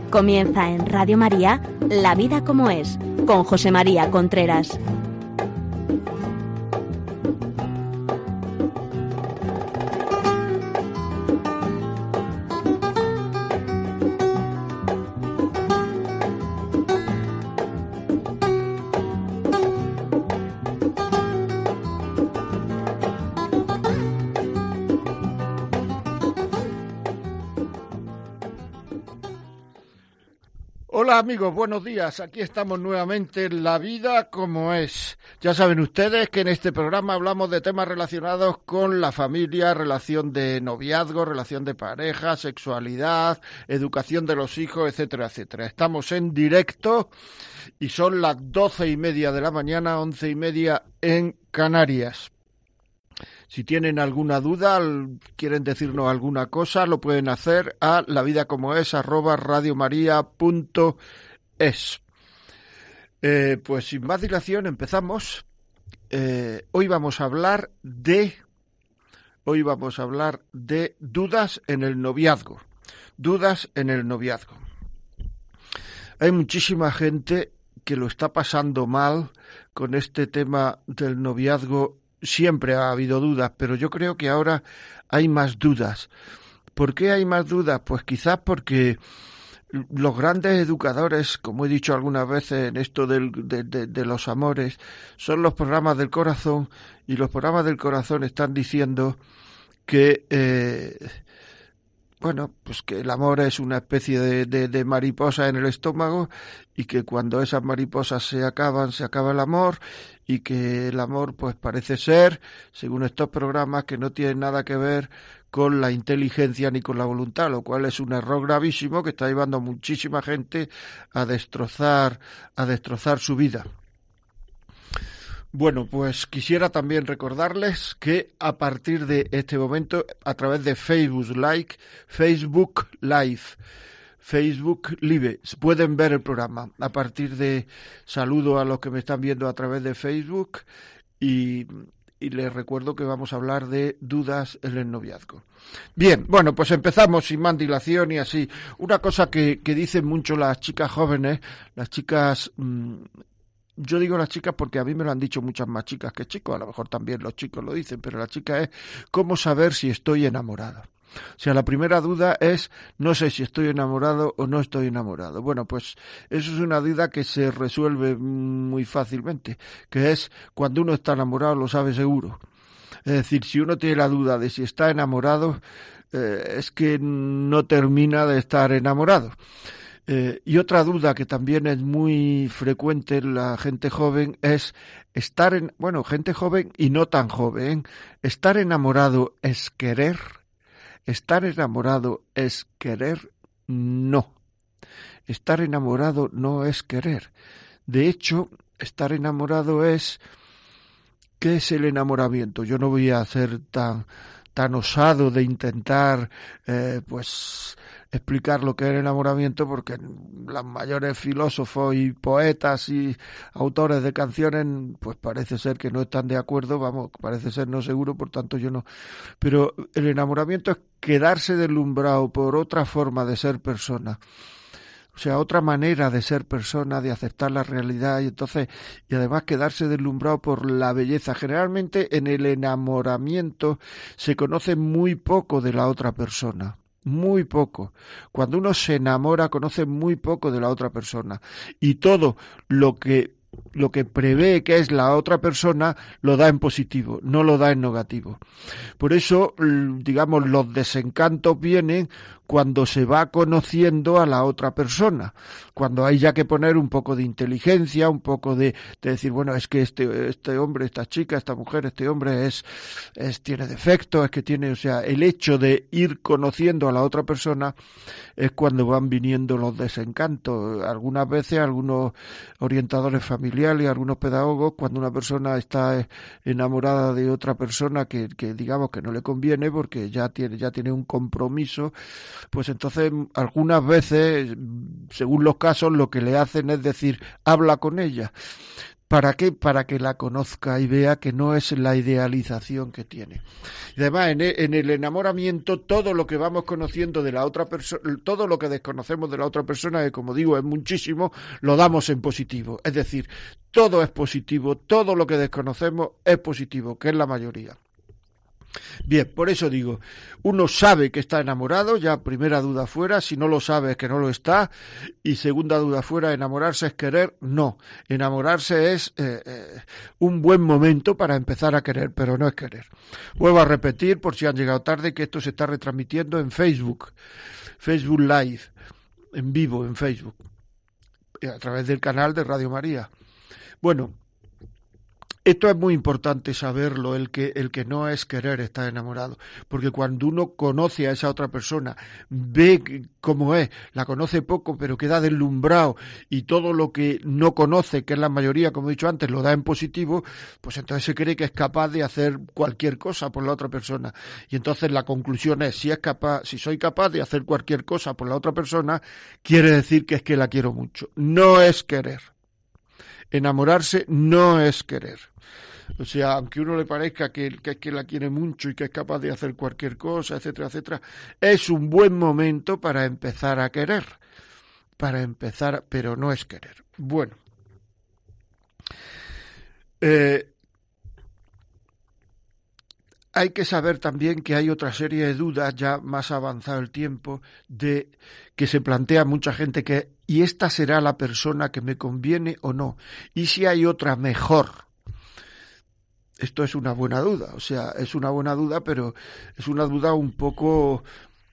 Comienza en Radio María, La vida como es, con José María Contreras. Hola amigos, buenos días. Aquí estamos nuevamente en La vida como es. Ya saben ustedes que en este programa hablamos de temas relacionados con la familia, relación de noviazgo, relación de pareja, sexualidad, educación de los hijos, etcétera, etcétera. Estamos en directo y son las 12:30 de la mañana, 11:30 en Canarias. Si tienen alguna duda, quieren decirnos alguna cosa, lo pueden hacer a lavidacomoes@radiomaria.es. Pues sin más dilación empezamos. Hoy vamos a hablar de dudas en el noviazgo. Dudas en el noviazgo. Hay muchísima gente que lo está pasando mal con este tema del noviazgo. Siempre ha habido dudas, pero yo creo que ahora hay más dudas. ¿Por qué hay más dudas? Pues quizás porque los grandes educadores, como he dicho algunas veces en esto de los amores, son los programas del corazón, y los programas del corazón están diciendo que pues que el amor es una especie de mariposa en el estómago, y que cuando esas mariposas se acaba el amor, y que el amor pues parece ser, según estos programas, que no tiene nada que ver con la inteligencia ni con la voluntad, lo cual es un error gravísimo que está llevando a muchísima gente a destrozar su vida. Bueno, pues quisiera también recordarles que a partir de este momento, a través de Facebook Live, pueden ver el programa. A partir de saludo a los que me están viendo a través de Facebook y les recuerdo que vamos a hablar de dudas en el noviazgo. Bien, bueno, pues empezamos sin más dilación y así. Una cosa que dicen mucho las chicas jóvenes, las chicas... Yo digo las chicas porque a mí me lo han dicho muchas más chicas que chicos, a lo mejor también los chicos lo dicen, pero la chica es cómo saber si estoy enamorado. O sea, la primera duda es, no sé si estoy enamorado o no estoy enamorado. Bueno, pues eso es una duda que se resuelve muy fácilmente, que es cuando uno está enamorado lo sabe seguro. Es decir, si uno tiene la duda de si está enamorado, es que no termina de estar enamorado. Y otra duda que también es muy frecuente en la gente joven es gente joven y no tan joven, ¿estar enamorado es querer? ¿Estar enamorado es querer? No. Estar enamorado no es querer. De hecho, estar enamorado es... ¿Qué es el enamoramiento? Yo no voy a ser tan osado de intentar, explicar lo que es el enamoramiento, porque los mayores filósofos y poetas y autores de canciones pues parece ser que no están de acuerdo, parece ser no seguro, por tanto yo no. Pero el enamoramiento es quedarse deslumbrado por otra forma de ser persona. O sea, otra manera de ser persona, de aceptar la realidad, y además quedarse deslumbrado por la belleza. Generalmente en el enamoramiento se conoce muy poco de la otra persona. Muy poco. Cuando uno se enamora conoce muy poco de la otra persona, y todo lo que prevé que es la otra persona lo da en positivo, no lo da en negativo. Por eso, digamos, los desencantos vienen cuando se va conociendo a la otra persona, cuando hay ya que poner un poco de inteligencia, un poco de decir, bueno, es que este hombre, esta chica, esta mujer, este hombre tiene defectos, es que tiene, o sea, el hecho de ir conociendo a la otra persona es cuando van viniendo los desencantos. Algunas veces algunos orientadores familiares y algunos pedagogos, cuando una persona está enamorada de otra persona que digamos que no le conviene porque ya tiene un compromiso, pues entonces algunas veces, según los casos, lo que le hacen es decir, habla con ella. ¿Para qué? Para que la conozca y vea que no es la idealización que tiene. Y además, en el enamoramiento, todo lo que vamos conociendo de la otra persona, todo lo que desconocemos de la otra persona, que como digo es muchísimo, lo damos en positivo. Es decir, todo es positivo, todo lo que desconocemos es positivo, que es la mayoría. Bien, por eso digo, uno sabe que está enamorado, ya primera duda fuera, si no lo sabe es que no lo está, y segunda duda fuera, enamorarse es querer, no, enamorarse es un buen momento para empezar a querer, pero no es querer. Vuelvo a repetir, por si han llegado tarde, que esto se está retransmitiendo en Facebook Live, en vivo en Facebook, a través del canal de Radio María. Bueno, esto es muy importante saberlo, el que no es querer estar enamorado, porque cuando uno conoce a esa otra persona, ve cómo es, la conoce poco pero queda deslumbrado y todo lo que no conoce, que es la mayoría, como he dicho antes, lo da en positivo, pues entonces se cree que es capaz de hacer cualquier cosa por la otra persona. Y entonces la conclusión es, si soy capaz de hacer cualquier cosa por la otra persona, quiere decir que es que la quiero mucho. No es querer. Enamorarse no es querer. O sea, aunque uno le parezca que la quiere mucho y que es capaz de hacer cualquier cosa, etcétera, etcétera, es un buen momento para empezar a querer. Pero no es querer. Bueno. Hay que saber también que hay otra serie de dudas, ya más avanzado el tiempo, de que se plantea mucha gente que ¿y esta será la persona que me conviene o no? ¿Y si hay otra mejor? Esto es una buena duda, o sea, es una buena duda, pero es una duda un poco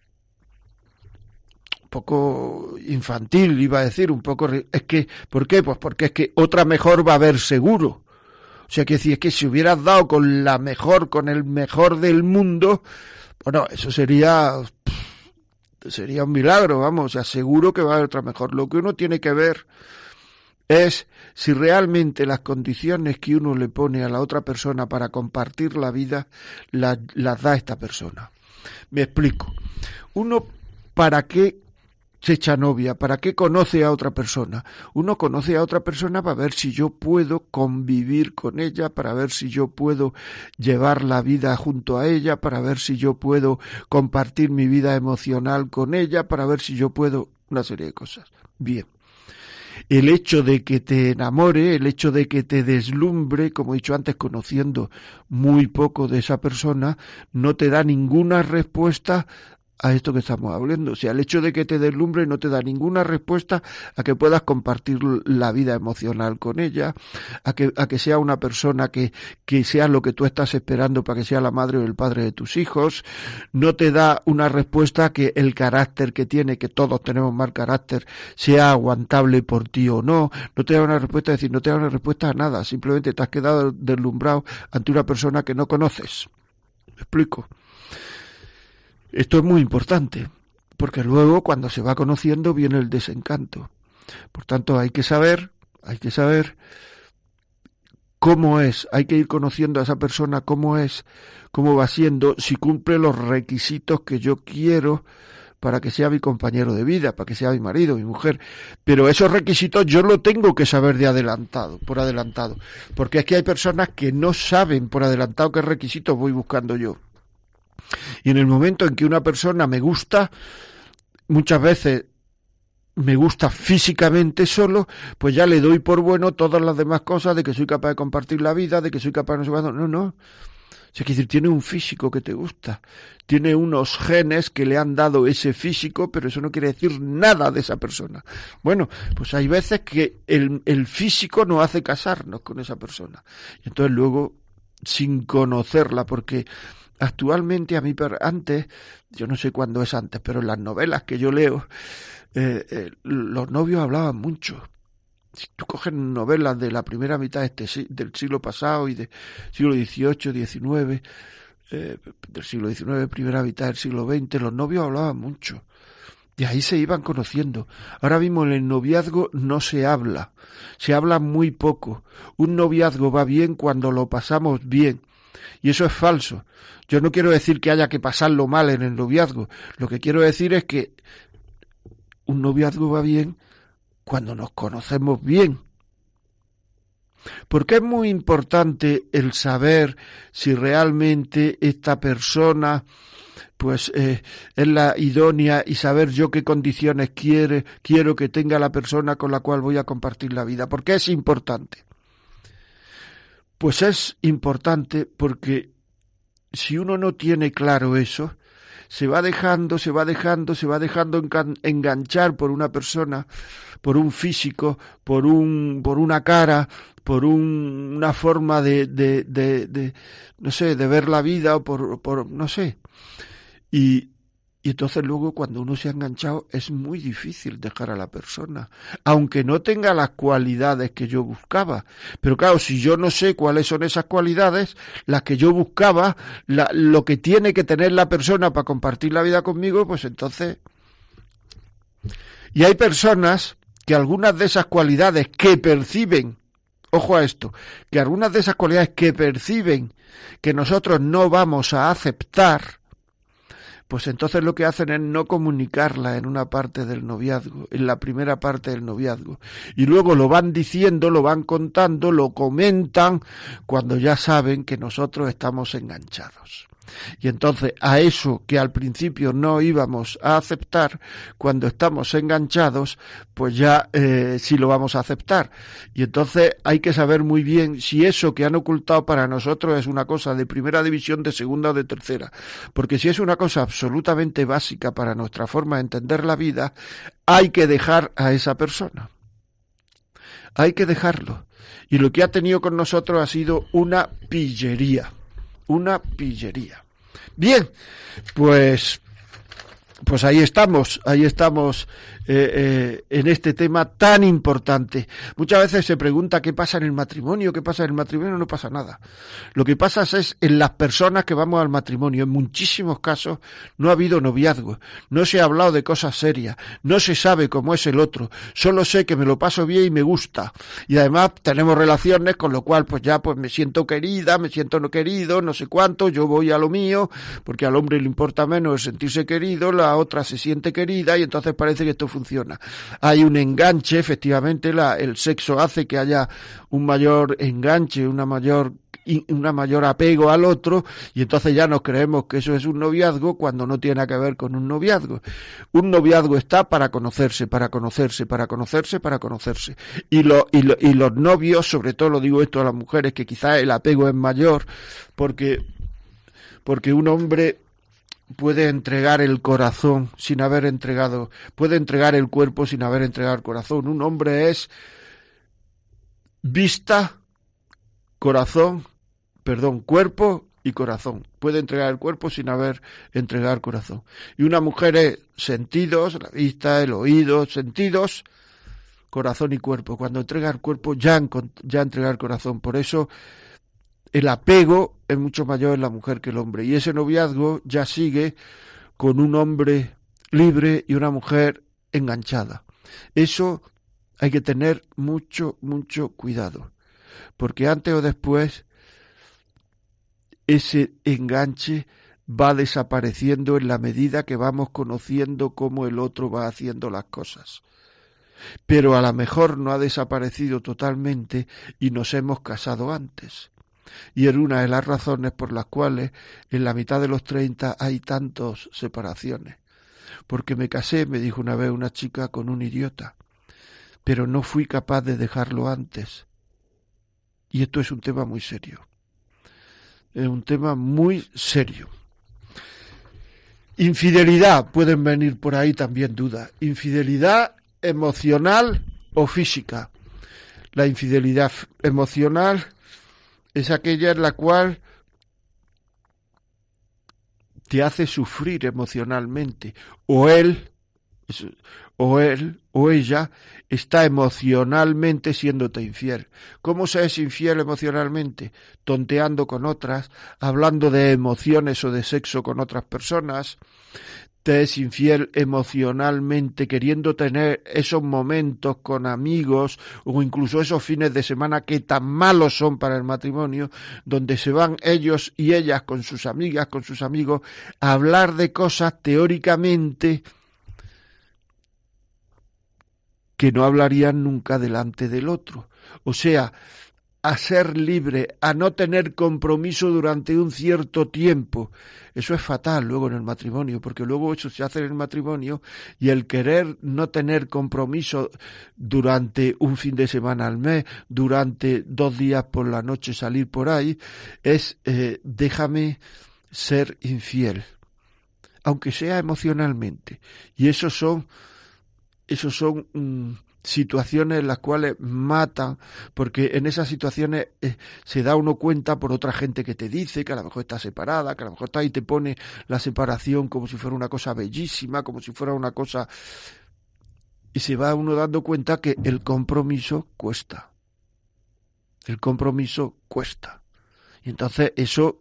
infantil, iba a decir, es que, ¿por qué? Pues porque es que otra mejor va a haber seguro. O sea, que decir, es que si hubieras dado con el mejor del mundo, bueno, eso sería un milagro, vamos, o sea, seguro que va a haber otra mejor. Lo que uno tiene que ver es si realmente las condiciones que uno le pone a la otra persona para compartir la vida, las da esta persona. Me explico. Uno, ¿para qué se echa novia? ¿Para qué conoce a otra persona? Uno conoce a otra persona para ver si yo puedo convivir con ella, para ver si yo puedo llevar la vida junto a ella, para ver si yo puedo compartir mi vida emocional con ella, para ver si yo puedo una serie de cosas. Bien. El hecho de que te enamore, el hecho de que te deslumbre, como he dicho antes, conociendo muy poco de esa persona, no te da ninguna respuesta a esto que estamos hablando. O sea, el hecho de que te deslumbre no te da ninguna respuesta a que puedas compartir la vida emocional con ella, a que sea una persona que sea lo que tú estás esperando para que sea la madre o el padre de tus hijos. No te da una respuesta a que el carácter que tiene, que todos tenemos mal carácter, sea aguantable por ti o no. No te da una respuesta, es decir, no te da una respuesta a nada. Simplemente te has quedado deslumbrado ante una persona que no conoces. ¿Me explico? Esto es muy importante, porque luego cuando se va conociendo viene el desencanto. Por tanto, hay que saber cómo es, hay que ir conociendo a esa persona cómo es, cómo va siendo, si cumple los requisitos que yo quiero para que sea mi compañero de vida, para que sea mi marido, mi mujer. Pero esos requisitos yo lo tengo que saber por adelantado, porque es que hay personas que no saben por adelantado qué requisitos voy buscando yo. Y en el momento en que una persona me gusta, muchas veces me gusta físicamente solo, pues ya le doy por bueno todas las demás cosas de que soy capaz de compartir la vida, de que soy capaz de no sé cuándo. No. O sea, es decir, tiene un físico que te gusta, tiene unos genes que le han dado ese físico, pero eso no quiere decir nada de esa persona. Bueno, pues hay veces que el físico nos hace casarnos con esa persona. Y entonces luego, sin conocerla, porque actualmente antes, yo no sé cuándo es antes, pero en las novelas que yo leo, los novios hablaban mucho. Si tú coges novelas de la primera mitad del siglo pasado y del siglo XVIII, XIX, del siglo XIX, primera mitad del siglo XX, los novios hablaban mucho. Y ahí se iban conociendo. Ahora mismo en el noviazgo no se habla muy poco. Un noviazgo va bien cuando lo pasamos bien. Y eso es falso. Yo no quiero decir que haya que pasarlo mal en el noviazgo. Lo que quiero decir es que un noviazgo va bien cuando nos conocemos bien. Porque es muy importante el saber si realmente esta persona pues es la idónea y saber yo qué condiciones quiero que tenga la persona con la cual voy a compartir la vida. ¿Por qué es importante? Pues es importante porque si uno no tiene claro eso, se va dejando enganchar por una persona, por un físico, por una cara, por una forma de no sé, de ver la vida, o por no sé. Y entonces luego cuando uno se ha enganchado es muy difícil dejar a la persona, aunque no tenga las cualidades que yo buscaba. Pero claro, si yo no sé cuáles son esas cualidades, las que yo buscaba, lo que tiene que tener la persona para compartir la vida conmigo, pues entonces... Y hay personas que algunas de esas cualidades que perciben, ojo a esto, que algunas de esas cualidades que perciben que nosotros no vamos a aceptar, pues entonces lo que hacen es no comunicarla en una parte del noviazgo, en la primera parte del noviazgo. Y luego lo van diciendo, lo van contando, lo comentan cuando ya saben que nosotros estamos enganchados. Y entonces a eso que al principio no íbamos a aceptar, cuando estamos enganchados, pues ya sí lo vamos a aceptar. Y entonces hay que saber muy bien si eso que han ocultado para nosotros es una cosa de primera división, de segunda o de tercera. Porque si es una cosa absolutamente básica para nuestra forma de entender la vida, hay que dejar a esa persona. Hay que dejarlo. Y lo que ha tenido con nosotros ha sido una pillería. Una pillería. Bien, pues ahí estamos en este tema tan importante. Muchas veces se pregunta qué pasa en el matrimonio, no pasa nada. Lo que pasa es en las personas que vamos al matrimonio. En muchísimos casos no ha habido noviazgo, no se ha hablado de cosas serias, no se sabe cómo es el otro, solo sé que me lo paso bien y me gusta. Y además tenemos relaciones, con lo cual pues ya pues me siento querida, me siento no querido, no sé cuánto, yo voy a lo mío, porque al hombre le importa menos el sentirse querido, la otra se siente querida y entonces parece que esto funciona. Hay un enganche, efectivamente, el sexo hace que haya un mayor enganche, una mayor apego al otro, y entonces ya nos creemos que eso es un noviazgo cuando no tiene que ver con un noviazgo. Un noviazgo está para conocerse. Y los novios, sobre todo lo digo esto a las mujeres, que quizás el apego es mayor, porque un hombre puede entregar el corazón sin haber entregado, puede entregar el cuerpo sin haber entregado el corazón. Un hombre es cuerpo y corazón. Puede entregar el cuerpo sin haber entregado el corazón. Y una mujer es sentidos, la vista, el oído, sentidos, corazón y cuerpo. Cuando entrega el cuerpo ya entrega el corazón. Por eso el apego es mucho mayor en la mujer que el hombre. Y ese noviazgo ya sigue con un hombre libre y una mujer enganchada. Eso hay que tener mucho, mucho cuidado. Porque antes o después ese enganche va desapareciendo en la medida que vamos conociendo cómo el otro va haciendo las cosas. Pero a lo mejor no ha desaparecido totalmente y nos hemos casado antes. Y es una de las razones por las cuales en la mitad de los 30 hay tantas separaciones. Porque me casé, me dijo una vez una chica, con un idiota, pero no fui capaz de dejarlo antes. Y esto es un tema muy serio. Es un tema muy serio. Infidelidad, pueden venir por ahí también dudas. Infidelidad emocional o física. La infidelidad emocional es aquella en la cual te hace sufrir emocionalmente, o él o ella está emocionalmente siéndote infiel. ¿Cómo se es infiel emocionalmente? Tonteando con otras, hablando de emociones o de sexo con otras personas. Te es infiel emocionalmente queriendo tener esos momentos con amigos o incluso esos fines de semana que tan malos son para el matrimonio, donde se van ellos y ellas con sus amigas, con sus amigos, a hablar de cosas teóricamente que no hablarían nunca delante del otro. O sea, a ser libre, a no tener compromiso durante un cierto tiempo. Eso es fatal luego en el matrimonio, porque luego eso se hace en el matrimonio y el querer no tener compromiso durante un fin de semana al mes, durante 2 días por la noche salir por ahí, es déjame ser infiel, aunque sea emocionalmente. Y esos son situaciones en las cuales matan, porque en esas situaciones se da uno cuenta por otra gente que te dice que a lo mejor está separada, que a lo mejor está ahí, te pone la separación como si fuera una cosa bellísima, como si fuera una cosa... Y se va uno dando cuenta que el compromiso cuesta. El compromiso cuesta. Y entonces eso...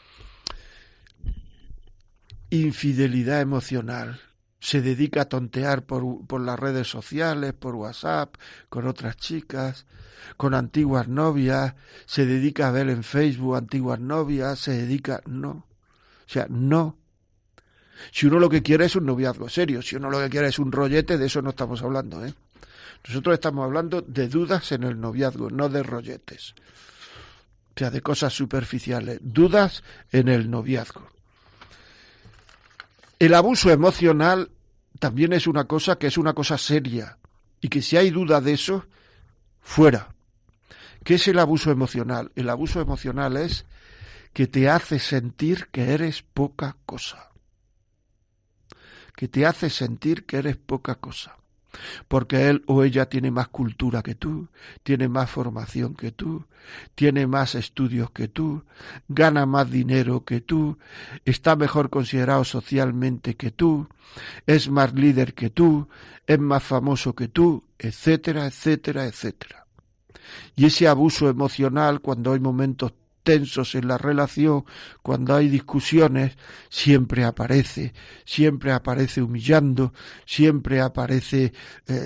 Infidelidad emocional. Se dedica a tontear por las redes sociales, por WhatsApp, con otras chicas, con antiguas novias, se dedica a ver en Facebook antiguas novias, se dedica... No. O sea, no. Si uno lo que quiere es un noviazgo serio, si uno lo que quiere es un rollete, de eso no estamos hablando, ¿eh? Nosotros estamos hablando de dudas en el noviazgo, no de rolletes. O sea, de cosas superficiales. Dudas en el noviazgo. El abuso emocional también es una cosa que es una cosa seria y que si hay duda de eso, fuera. ¿Qué es el abuso emocional? El abuso emocional es que te hace sentir que eres poca cosa. Que te hace sentir que eres poca cosa. Porque él o ella tiene más cultura que tú, tiene más formación que tú, tiene más estudios que tú, gana más dinero que tú, está mejor considerado socialmente que tú, es más líder que tú, es más famoso que tú, etcétera, etcétera, etcétera. Y ese abuso emocional, cuando hay momentos tensos en la relación, cuando hay discusiones, siempre aparece humillando, siempre aparece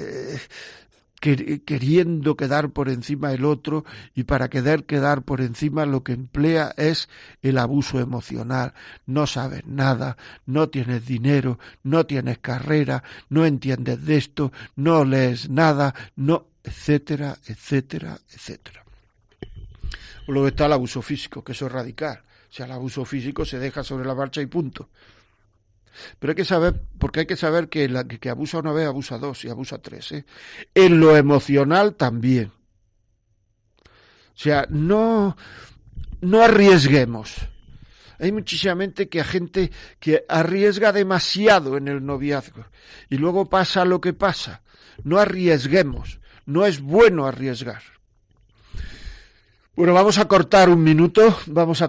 queriendo quedar por encima del otro, y para quedar por encima lo que emplea es el abuso emocional. No sabes nada, no tienes dinero, no tienes carrera, no entiendes de esto, no lees nada, no, etcétera, etcétera, etcétera. Luego está el abuso físico, que eso es radical. O sea, el abuso físico se deja sobre la marcha y punto. Pero hay que saber, porque hay que saber que que abusa una vez, abusa 2 y abusa 3, ¿eh? En lo emocional también. O sea, no arriesguemos. Hay muchísima gente que arriesga demasiado en el noviazgo y luego pasa lo que pasa. No arriesguemos, no es bueno arriesgar. Bueno, vamos a cortar un minuto, vamos a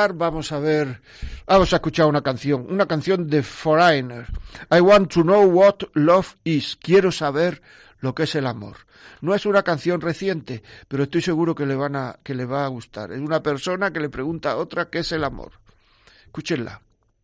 escuchar una canción de Foreigner. I want to know what love is. Quiero saber lo que es el amor. No es una canción reciente, pero estoy seguro que le va a gustar. Es una persona que le pregunta a otra qué es el amor. Escúchenla.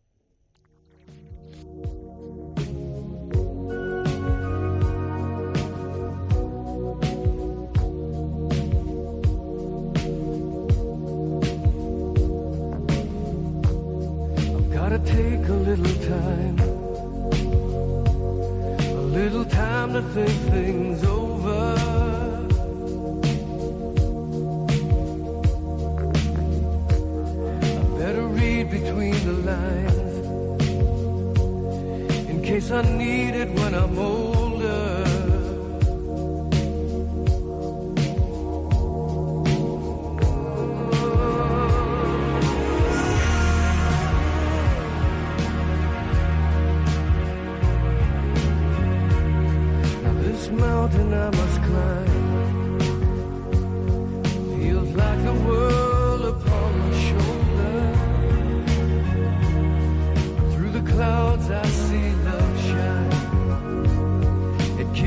Take a little time to think things over. I better read between the lines in case I need it when I'm older. Mountain I must climb feels like the world upon my shoulder. Through the clouds I see love shine. It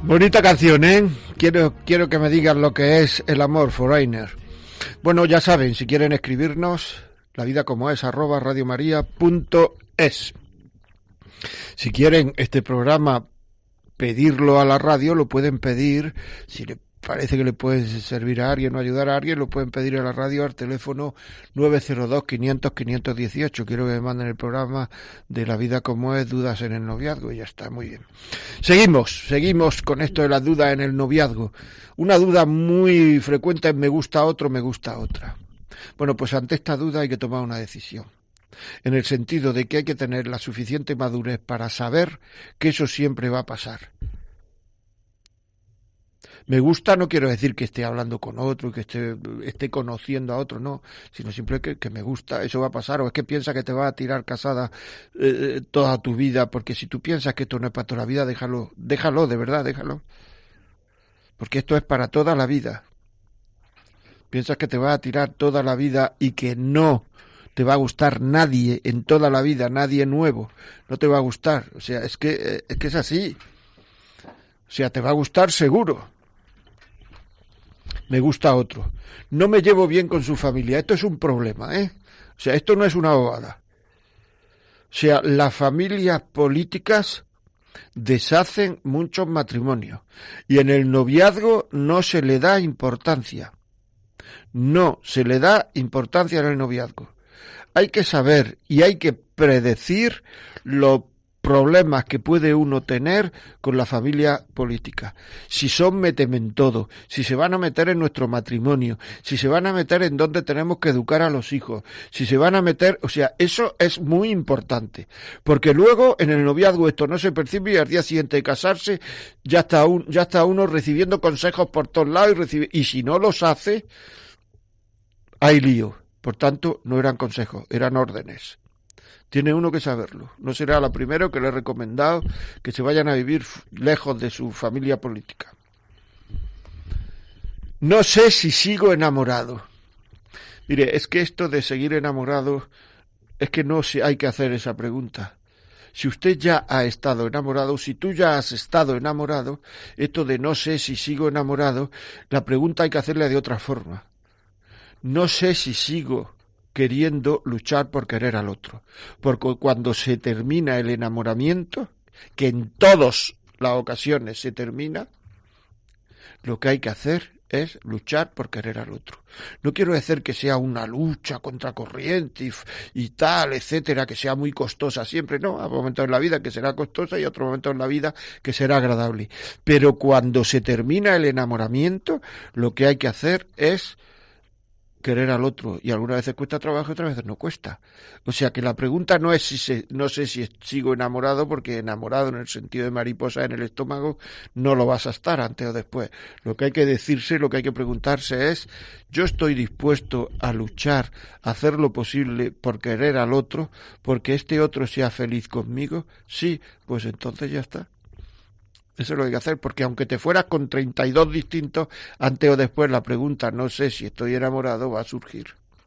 Bonita canción, ¿eh? Quiero que me digan lo que es el amor, Foreigner. Bueno, ya saben, si quieren escribirnos, lavidacomoes @radiomaria.es. Si quieren este programa pedirlo a la radio, lo pueden pedir, si le parece que le puede servir a alguien o ayudar a alguien, lo pueden pedir a la radio al teléfono 902-500-518. Quiero que me manden el programa de La vida como es, dudas en el noviazgo, y ya está, muy bien. Seguimos con esto de las dudas en el noviazgo. Una duda muy frecuente es me gusta otro, me gusta otra. Bueno, pues ante esta duda hay que tomar una decisión, en el sentido de que hay que tener la suficiente madurez para saber que eso siempre va a pasar. Me gusta no quiero decir que esté hablando con otro, que esté conociendo a otro, no, sino simplemente que me gusta, eso va a pasar. O es que piensa que te va a tirar casada toda tu vida, porque si tú piensas que esto no es para toda la vida, déjalo, de verdad, déjalo. Porque esto es para toda la vida. Piensas que te va a tirar toda la vida y que no te va a gustar nadie en toda la vida, nadie nuevo, no te va a gustar. O sea, es que es así. O sea, te va a gustar seguro. Me gusta otro. No me llevo bien con su familia. Esto es un problema, ¿eh? O sea, esto no es una bobada. O sea, las familias políticas deshacen muchos matrimonios. Y en el noviazgo no se le da importancia. No se le da importancia en el noviazgo. Hay que saber y hay que predecir los problemas que puede uno tener con la familia política. Si son metementodo, si se van a meter en nuestro matrimonio, si se van a meter en donde tenemos que educar a los hijos, si se van a meter, o sea, eso es muy importante, porque luego en el noviazgo esto no se percibe y al día siguiente de casarse ya está uno recibiendo consejos por todos lados y si no los hace, hay lío. Por tanto, no eran consejos, eran órdenes. Tiene uno que saberlo. No será la primera que le he recomendado que se vayan a vivir lejos de su familia política. No sé si sigo enamorado. Mire, es que esto de seguir enamorado, es que no hay que hacer esa pregunta. Si usted ya ha estado enamorado, si tú ya has estado enamorado, esto de no sé si sigo enamorado, la pregunta hay que hacerla de otra forma. No sé si sigo queriendo luchar por querer al otro. Porque cuando se termina el enamoramiento, que en todas las ocasiones se termina, lo que hay que hacer es luchar por querer al otro. No quiero decir que sea una lucha contra corriente y tal, etcétera, que sea muy costosa siempre, no, hay momentos en la vida que será costosa y otros momentos en la vida que será agradable. Pero cuando se termina el enamoramiento, lo que hay que hacer es querer al otro, y algunas veces cuesta trabajo y otras veces no cuesta. O sea que la pregunta no es no sé si sigo enamorado, porque enamorado en el sentido de mariposa en el estómago no lo vas a estar antes o después. Lo que hay que decirse, lo que hay que preguntarse es, yo estoy dispuesto a luchar, a hacer lo posible por querer al otro, porque este otro sea feliz conmigo. Sí, pues entonces ya está. Eso es lo que hay que hacer, porque aunque te fueras con 32 distintos, antes o después la pregunta, no sé si estoy enamorado, va a surgir.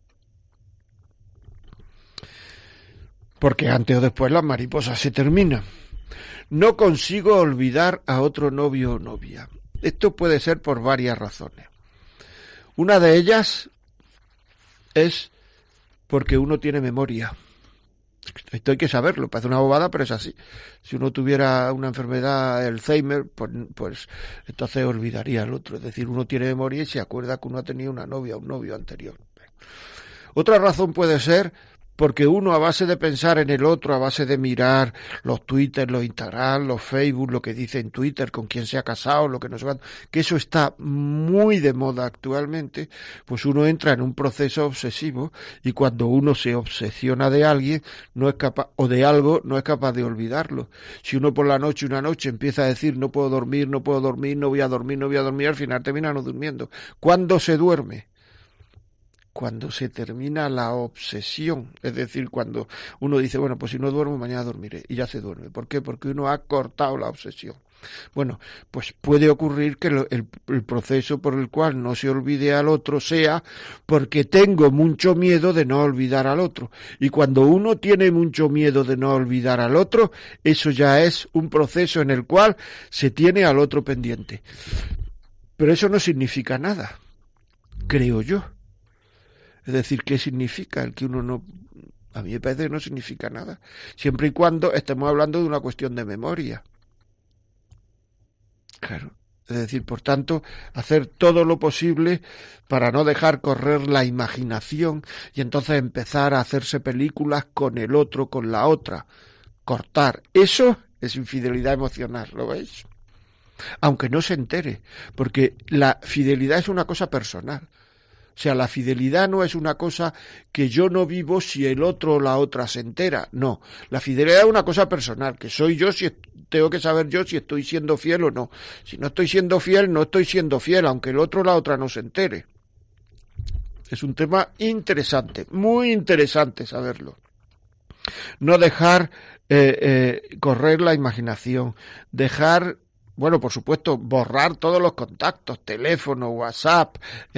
Porque antes o después las mariposas se terminan. No consigo olvidar a otro novio o novia. Esto puede ser por varias razones. Una de ellas es porque uno tiene memoria. Esto hay que saberlo, parece una bobada, pero es así. Si uno tuviera una enfermedad, Alzheimer, pues entonces olvidaría al otro. Es decir, uno tiene memoria y se acuerda que uno ha tenido una novia o un novio anterior. Otra razón puede ser porque uno, a base de pensar en el otro, a base de mirar los Twitter, los Instagram, los Facebook, lo que dice en Twitter, con quién se ha casado, lo que no sé cuánto, que eso está muy de moda actualmente, pues uno entra en un proceso obsesivo, y cuando uno se obsesiona de alguien, no es capaz, o de algo, no es capaz de olvidarlo. Si uno por la noche, una noche, empieza a decir no puedo dormir, no voy a dormir, al final termina no durmiendo. ¿Cuándo se duerme? Cuando se termina la obsesión, es decir, cuando uno dice, bueno, pues si no duermo, mañana dormiré, y ya se duerme. ¿Por qué? Porque uno ha cortado la obsesión. Bueno, pues puede ocurrir que el proceso por el cual no se olvide al otro sea porque tengo mucho miedo de no olvidar al otro. Y cuando uno tiene mucho miedo de no olvidar al otro, eso ya es un proceso en el cual se tiene al otro pendiente. Pero eso no significa nada, creo yo. Es decir, ¿qué significa el que uno no...? A mí me parece que no significa nada, siempre y cuando estemos hablando de una cuestión de memoria. Claro, es decir, por tanto, hacer todo lo posible para no dejar correr la imaginación y entonces empezar a hacerse películas con el otro, con la otra. Cortar. Eso es infidelidad emocional, ¿lo veis? Aunque no se entere, porque la fidelidad es una cosa personal. O sea, la fidelidad no es una cosa que yo no vivo si el otro o la otra se entera. No, la fidelidad es una cosa personal, que soy yo, si tengo que saber yo si estoy siendo fiel o no. Si no estoy siendo fiel, no estoy siendo fiel, aunque el otro o la otra no se entere. Es un tema interesante, muy interesante saberlo. No dejar correr la imaginación, dejar... Bueno, por supuesto, borrar todos los contactos, teléfono, WhatsApp,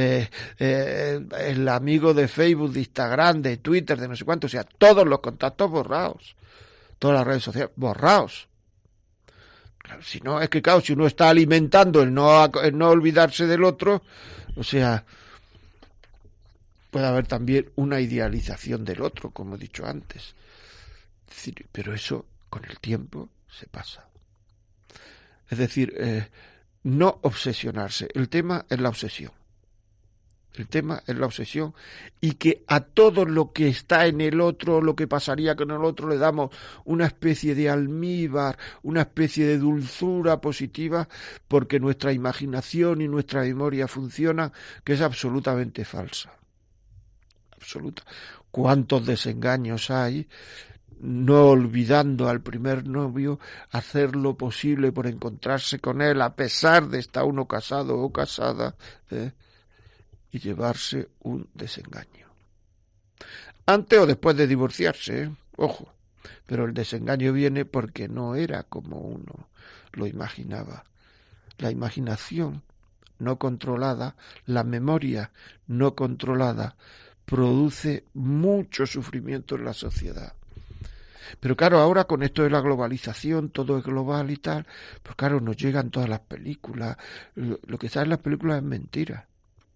el amigo de Facebook, de Instagram, de Twitter, de no sé cuánto, o sea, todos los contactos borrados, todas las redes sociales borrados. Si no, es que claro, si uno está alimentando el no olvidarse del otro, o sea, puede haber también una idealización del otro, como he dicho antes. Es decir, pero eso con el tiempo se pasa. Es decir, no obsesionarse. El tema es la obsesión. El tema es la obsesión y que a todo lo que está en el otro, lo que pasaría con el otro, le damos una especie de almíbar, una especie de dulzura positiva porque nuestra imaginación y nuestra memoria funcionan, que es absolutamente falsa. Absoluta. ¿Cuántos desengaños hay? No olvidando al primer novio, hacer lo posible por encontrarse con él, a pesar de estar uno casado o casada, y llevarse un desengaño. Antes o después de divorciarse, ojo, pero el desengaño viene porque no era como uno lo imaginaba. La imaginación no controlada, la memoria no controlada, produce mucho sufrimiento en la sociedad. Pero claro, ahora con esto de la globalización, todo es global y tal, pues claro, nos llegan todas las películas, lo que sale en las películas es mentira.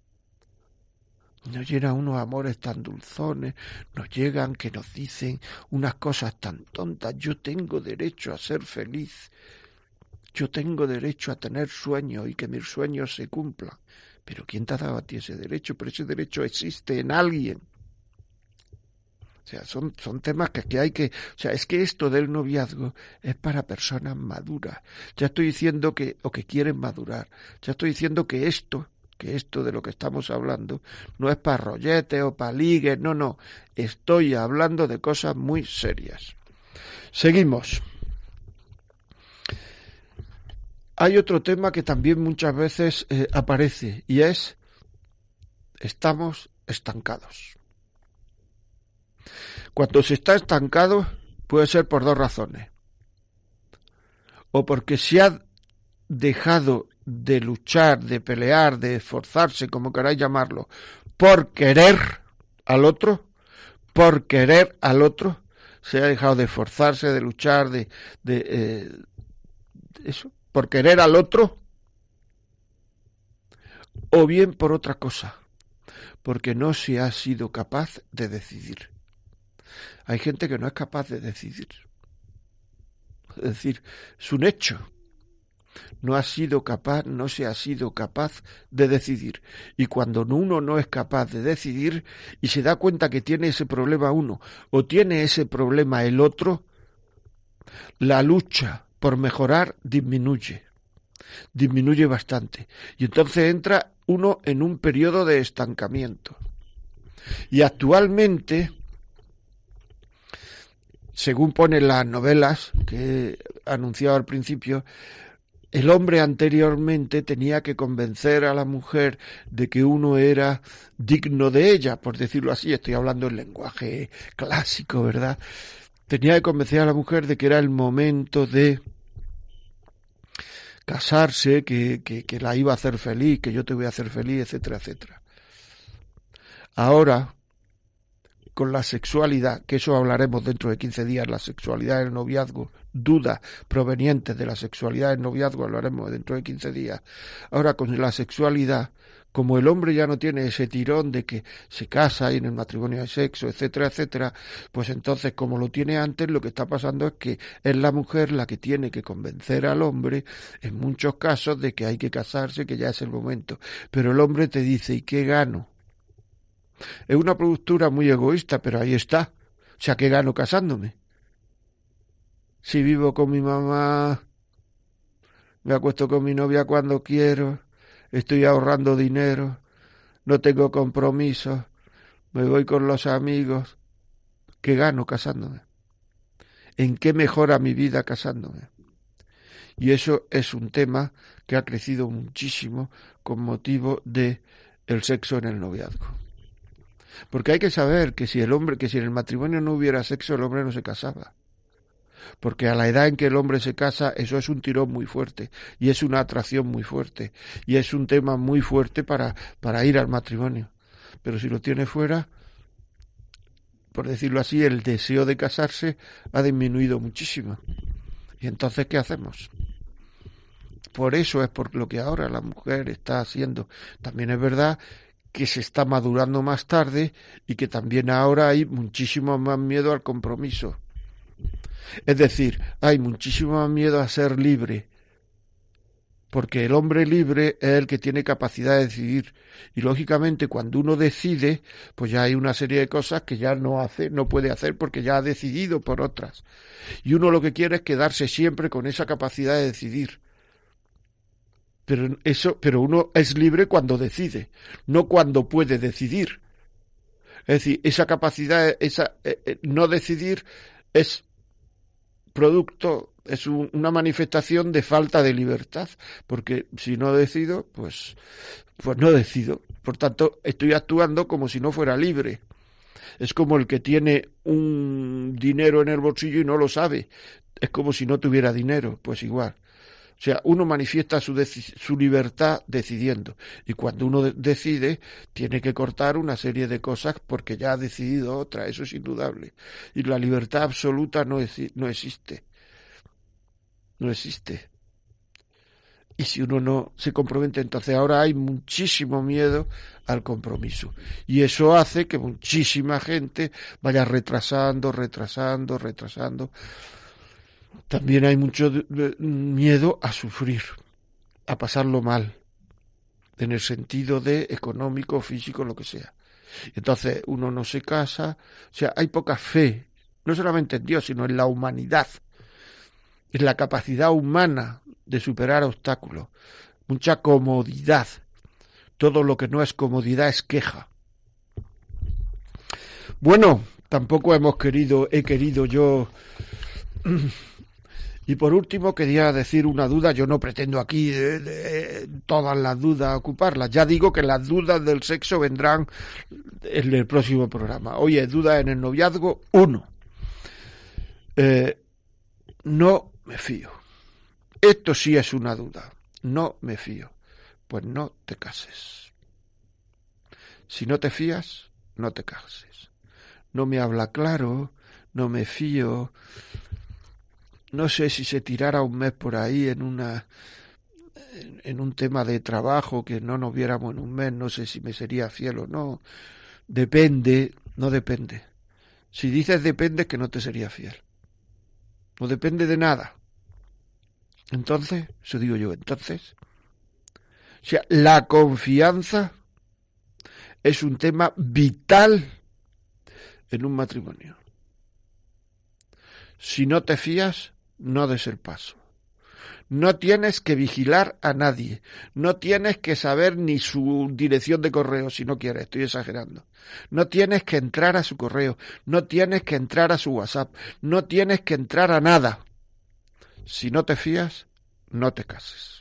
Nos llegan unos amores tan dulzones, nos llegan que nos dicen unas cosas tan tontas, yo tengo derecho a ser feliz, yo tengo derecho a tener sueños y que mis sueños se cumplan. Pero ¿quién te ha dado a ti ese derecho? Pero ese derecho existe en alguien. O sea, son temas que hay que... O sea, es que esto del noviazgo es para personas maduras. Ya estoy diciendo o que quieren madurar. Ya estoy diciendo que esto de lo que estamos hablando no es para rolletes o para ligues, no. Estoy hablando de cosas muy serias. Seguimos. Hay otro tema que también muchas veces aparece y es: estamos estancados. Cuando se está estancado puede ser por dos razones. O porque se ha dejado de luchar, de pelear, de esforzarse, como queráis llamarlo, por querer al otro, se ha dejado de esforzarse, de luchar, eso, por querer al otro, o bien por otra cosa, porque no se ha sido capaz de decidir. Hay gente que no es capaz de decidir. Es decir, es un hecho. No se ha sido capaz de decidir. Y cuando uno no es capaz de decidir y se da cuenta que tiene ese problema uno o tiene ese problema el otro, la lucha por mejorar disminuye bastante. Y entonces entra uno en un periodo de estancamiento. Y actualmente, según ponen las novelas que he anunciado al principio, el hombre anteriormente tenía que convencer a la mujer de que uno era digno de ella, por decirlo así, estoy hablando en lenguaje clásico, ¿verdad? Tenía que convencer a la mujer de que era el momento de casarse, que la iba a hacer feliz, que yo te voy a hacer feliz, etcétera, etcétera. Ahora, con la sexualidad, que eso hablaremos dentro de 15 días, la sexualidad del noviazgo, dudas provenientes de la sexualidad del noviazgo, hablaremos dentro de 15 días. Ahora, con la sexualidad, como el hombre ya no tiene ese tirón de que se casa y en el matrimonio hay sexo, etcétera, etcétera, pues entonces, como lo tiene antes, lo que está pasando es que es la mujer la que tiene que convencer al hombre, en muchos casos, de que hay que casarse, que ya es el momento. Pero el hombre te dice, ¿y qué gano? Es una postura muy egoísta, pero ahí está. O sea, ¿qué gano casándome? Si vivo con mi mamá, me acuesto con mi novia cuando quiero, estoy ahorrando dinero, no tengo compromisos, me voy con los amigos, ¿qué gano casándome? ¿En qué mejora mi vida casándome? Y eso es un tema que ha crecido muchísimo con motivo de el sexo en el noviazgo. Porque hay que saber que si en el matrimonio no hubiera sexo, el hombre no se casaba. Porque a la edad en que el hombre se casa, eso es un tirón muy fuerte, y es una atracción muy fuerte, y es un tema muy fuerte para ir al matrimonio. Pero si lo tiene fuera, por decirlo así, el deseo de casarse ha disminuido muchísimo. ¿Y entonces qué hacemos? Por eso es por lo que ahora la mujer está haciendo. También es verdad que se está madurando más tarde y que también ahora hay muchísimo más miedo al compromiso. Es decir, hay muchísimo más miedo a ser libre, porque el hombre libre es el que tiene capacidad de decidir. Y lógicamente cuando uno decide, pues ya hay una serie de cosas que ya no puede hacer porque ya ha decidido por otras. Y uno lo que quiere es quedarse siempre con esa capacidad de decidir. Pero uno es libre cuando decide, no cuando puede decidir. Es decir, esa capacidad, no decidir es producto, es una manifestación de falta de libertad, porque si no decido, pues no decido. Por tanto, estoy actuando como si no fuera libre. Es como el que tiene un dinero en el bolsillo y no lo sabe. Es como si no tuviera dinero, pues igual. O sea, uno manifiesta su libertad decidiendo. Y cuando uno decide, tiene que cortar una serie de cosas porque ya ha decidido otra. Eso es indudable. Y la libertad absoluta no existe. No existe. Y si uno no se compromete, entonces ahora hay muchísimo miedo al compromiso. Y eso hace que muchísima gente vaya retrasando. También hay mucho miedo a sufrir, a pasarlo mal, en el sentido de económico, físico, lo que sea. Entonces uno no se casa, o sea, hay poca fe, no solamente en Dios, sino en la humanidad, en la capacidad humana de superar obstáculos, mucha comodidad. Todo lo que no es comodidad es queja. Bueno, tampoco he querido yo. Y por último quería decir una duda. Yo no pretendo aquí todas las dudas ocuparlas. Ya digo que las dudas del sexo vendrán en el próximo programa. Oye, dudas en el noviazgo, 1. No me fío. Esto sí es una duda. No me fío. Pues no te cases. Si no te fías, no te cases. No me habla claro, no me fío. No sé si se tirara un mes por ahí en un tema de trabajo que no nos viéramos en un mes, no sé si me sería fiel o no. Depende, no depende. Si dices depende es que no te sería fiel. No depende de nada. Entonces, eso digo yo, entonces. O sea, la confianza es un tema vital en un matrimonio. Si no te fías, no des el paso. No tienes que vigilar a nadie. No tienes que saber ni su dirección de correo si no quieres, estoy exagerando. No tienes que entrar a su correo. No tienes que entrar a su WhatsApp. No tienes que entrar a nada. Si no te fías, no te cases.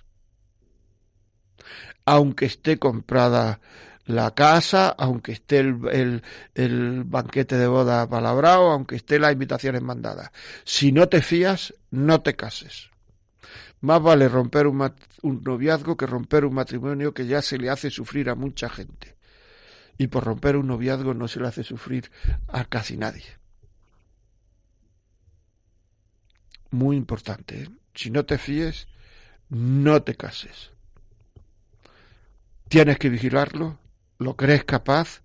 Aunque esté comprada la casa, aunque esté el banquete de boda palabrado, aunque esté las invitaciones mandadas. Si no te fías, no te cases. Más vale romper un noviazgo que romper un matrimonio que ya se le hace sufrir a mucha gente. Y por romper un noviazgo no se le hace sufrir a casi nadie. Muy importante, ¿eh? Si no te fíes, no te cases. Tienes que vigilarlo, lo crees capaz.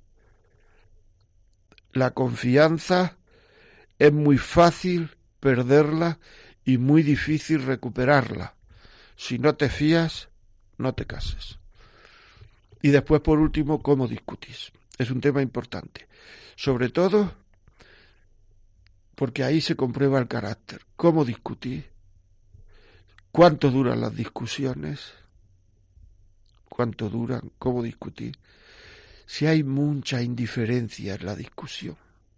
La confianza es muy fácil perderla y muy difícil recuperarla. Si no te fías, no te cases. Y después, por último, ¿cómo discutís? Es un tema importante. Sobre todo porque ahí se comprueba el carácter. ¿Cómo discutís? ¿Cuánto duran las discusiones? ¿Cuánto duran? ¿Cómo discutís? Si hay mucha indiferencia en la discusión,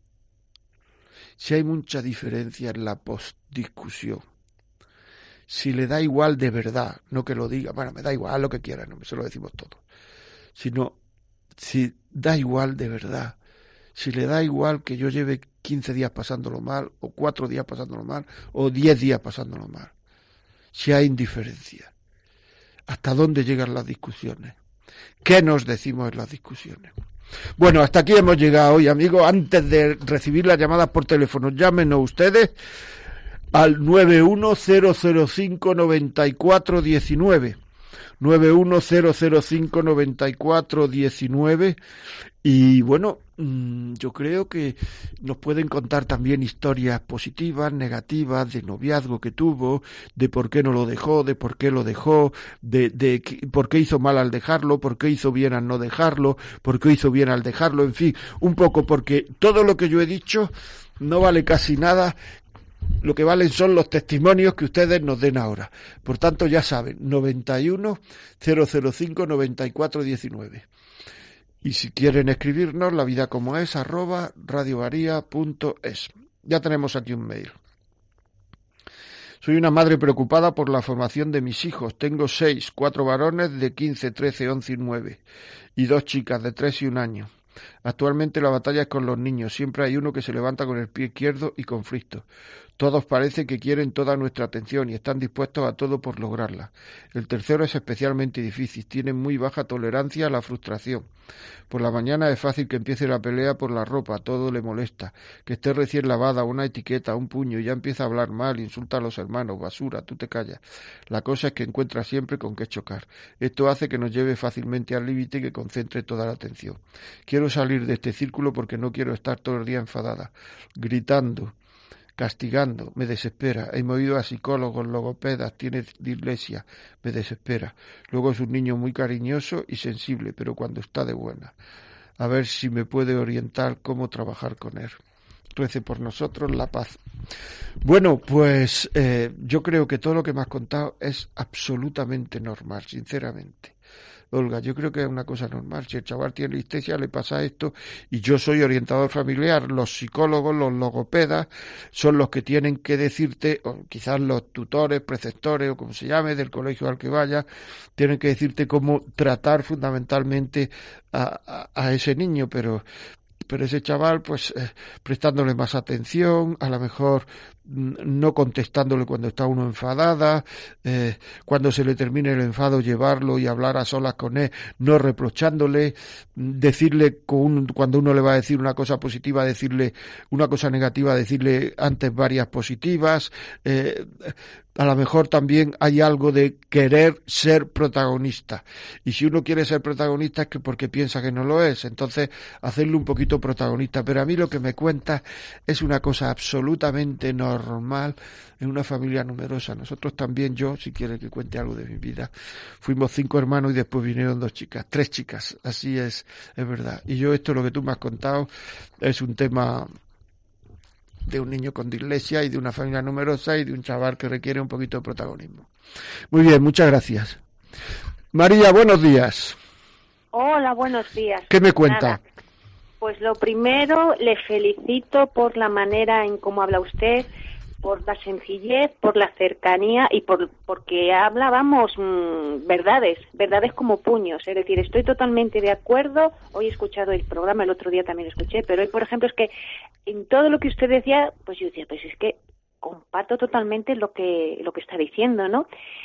si hay mucha diferencia en la postdiscusión, si le da igual de verdad, no que lo diga, bueno, me da igual lo que quiera, no, eso lo decimos todos, sino si da igual de verdad, si le da igual que yo lleve 15 días pasándolo mal, o 4 días pasándolo mal, o 10 días pasándolo mal, si hay indiferencia. ¿Hasta dónde llegan las discusiones? ¿Qué nos decimos en las discusiones? Bueno, hasta aquí hemos llegado hoy, amigos. Antes de recibir las llamadas por teléfono, llámenos ustedes al 910059419. 910059419. Y bueno, yo creo que nos pueden contar también historias positivas, negativas, de noviazgo que tuvo, de por qué no lo dejó, de por qué lo dejó, de por qué hizo mal al dejarlo, por qué hizo bien al no dejarlo, por qué hizo bien al dejarlo, en fin, un poco, porque todo lo que yo he dicho no vale casi nada. Lo que valen son los testimonios que ustedes nos den ahora. Por tanto, ya saben, 910059419. Y si quieren escribirnos, lavidacomoes @radiomaria.es. Ya tenemos aquí un mail. Soy una madre preocupada por la formación de mis hijos. Tengo 6, 4 varones de 15, 13, 11 y 9, y 2 chicas de 3 y 1 año. Actualmente la batalla es con los niños. Siempre hay uno que se levanta con el pie izquierdo y conflictos. Todos parece que quieren toda nuestra atención y están dispuestos a todo por lograrla. El tercero es especialmente difícil. Tiene muy baja tolerancia a la frustración. Por la mañana es fácil que empiece la pelea por la ropa. Todo le molesta. Que esté recién lavada, una etiqueta, un puño, y ya empieza a hablar mal, insulta a los hermanos, basura, tú te callas. La cosa es que encuentra siempre con qué chocar. Esto hace que nos lleve fácilmente al límite y que concentre toda la atención. Quiero salir de este círculo porque no quiero estar todo el día enfadada, gritando, castigando, me desespera. Hemos ido a psicólogos, logopedas, tiene dislexia, me desespera. Luego es un niño muy cariñoso y sensible, pero cuando está de buena. A ver si me puede orientar cómo trabajar con él. Rece por nosotros la paz. Bueno, pues yo creo que todo lo que me has contado es absolutamente normal, sinceramente. Olga, yo creo que es una cosa normal. Si el chaval tiene listesia, le pasa esto, y yo soy orientador familiar. Los psicólogos, los logopedas, son los que tienen que decirte, o quizás los tutores, preceptores, o como se llame, del colegio al que vayas, tienen que decirte cómo tratar fundamentalmente a ese niño, pero ese chaval, pues prestándole más atención, a lo mejor no contestándole cuando está uno enfadada, cuando se le termine el enfado llevarlo y hablar a solas con él, no reprochándole, decirle cuando uno le va a decir una cosa positiva, decirle una cosa negativa, decirle antes varias positivas. A lo mejor también hay algo de querer ser protagonista, y si uno quiere ser protagonista es que porque piensa que no lo es, entonces hacerlo un poquito protagonista. Pero a mí lo que me cuenta es una cosa absolutamente normal en una familia numerosa. Nosotros también, yo, si quiere que cuente algo de mi vida, fuimos 5 hermanos y después vinieron 2 chicas, 3 chicas, así es verdad. Y yo, esto, lo que tú me has contado, es un tema de un niño con dislexia y de una familia numerosa y de un chaval que requiere un poquito de protagonismo. Muy bien, muchas gracias. María, buenos días. Hola, buenos días. ¿Qué me cuenta? Nada, pues lo primero, le felicito por la manera en cómo habla usted, por la sencillez, por la cercanía y porque habla, vamos, verdades como puños. Es decir, estoy totalmente de acuerdo. Hoy he escuchado el programa, el otro día también lo escuché, pero hoy, por ejemplo, es que en todo lo que usted decía, pues yo decía, pues es que comparto totalmente lo que está diciendo, ¿no?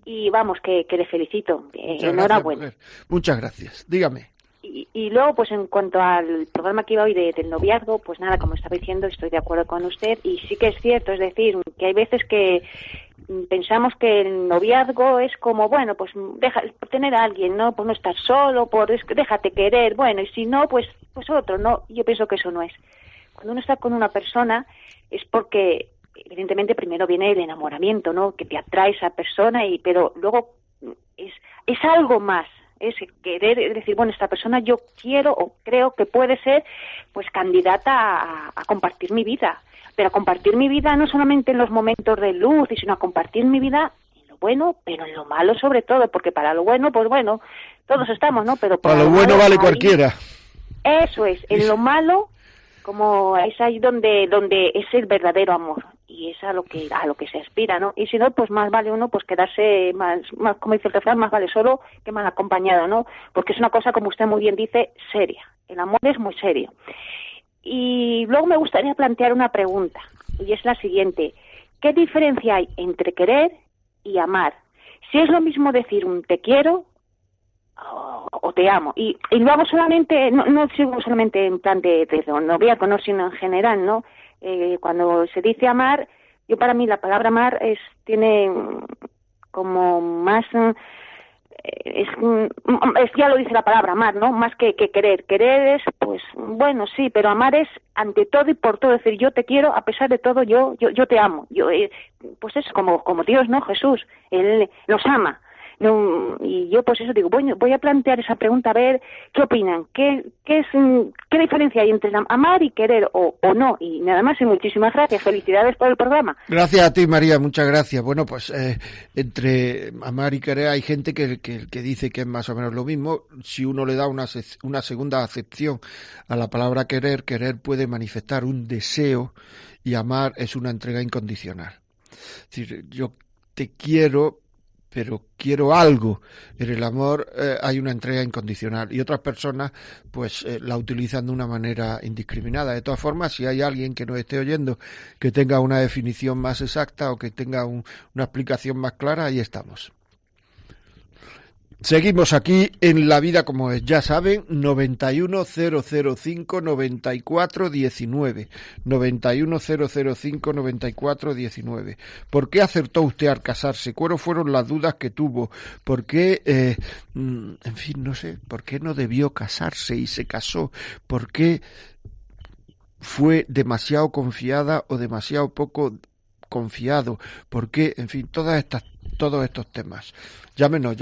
y vamos, que le felicito. Enhorabuena. Gracias, muchas gracias. Dígame. Y luego, pues en cuanto al programa que iba hoy del noviazgo, pues nada, como estaba diciendo, estoy de acuerdo con usted, y sí que es cierto, es decir, que hay veces que pensamos que el noviazgo es como, bueno, pues deja por tener a alguien, ¿no? Por no estar solo, déjate querer, bueno, y si no, pues otro, ¿no? Yo pienso que eso no es. Cuando uno está con una persona es porque, evidentemente, primero viene el enamoramiento, ¿no? Que te atrae esa persona, pero luego es algo más. Es querer, es decir, bueno, esta persona yo quiero o creo que puede ser, pues, candidata a compartir mi vida. Pero a compartir mi vida no solamente en los momentos de luz, sino a compartir mi vida en lo bueno, pero en lo malo sobre todo, porque para lo bueno, pues bueno, todos estamos, ¿no? Pero para lo bueno vale cualquiera. Eso es, en lo malo, como es ahí donde es el verdadero amor, y es a lo que se aspira, ¿no? Y si no, pues más vale uno pues quedarse más como dice el refrán, más vale solo que mal acompañado, ¿no? Porque es una cosa, como usted muy bien dice, seria. El amor es muy serio. Y luego me gustaría plantear una pregunta, y es la siguiente: ¿qué diferencia hay entre querer y amar? Si es lo mismo decir un te quiero o te amo, y lo hago solamente, no sigo solamente en plan de noviazgo, no, sino en general, ¿no? Cuando se dice amar, para mí la palabra amar tiene como más, ya lo dice la palabra amar, ¿no? Más que querer. Querer es, pues, bueno, sí, pero amar es ante todo y por todo, es decir, yo te quiero, a pesar de todo, yo te amo. Pues es como Dios, ¿no? Jesús, Él los ama. No, y yo pues eso digo, bueno, voy a plantear esa pregunta a ver qué opinan, qué diferencia hay entre amar y querer o no. Y nada más, y muchísimas gracias, felicidades por el programa. Gracias a ti, María, muchas gracias. Bueno, pues entre amar y querer hay gente que dice que es más o menos lo mismo. Si uno le da una segunda acepción a la palabra querer puede manifestar un deseo, y amar es una entrega incondicional. Es decir, yo te quiero, pero quiero algo. En el amor hay una entrega incondicional, y otras personas pues la utilizan de una manera indiscriminada. De todas formas, si hay alguien que nos esté oyendo que tenga una definición más exacta o que tenga una explicación más clara, ahí estamos. Seguimos aquí en La Vida como es, ya saben, 91005-9419, 91005-9419. ¿Por qué acertó usted al casarse? ¿Cuáles fueron las dudas que tuvo? ¿Por qué, en fin, no sé, por qué no debió casarse y se casó? ¿Por qué fue demasiado confiada o demasiado poco confiado? ¿Por qué? En fin, todos estos temas. Llámenos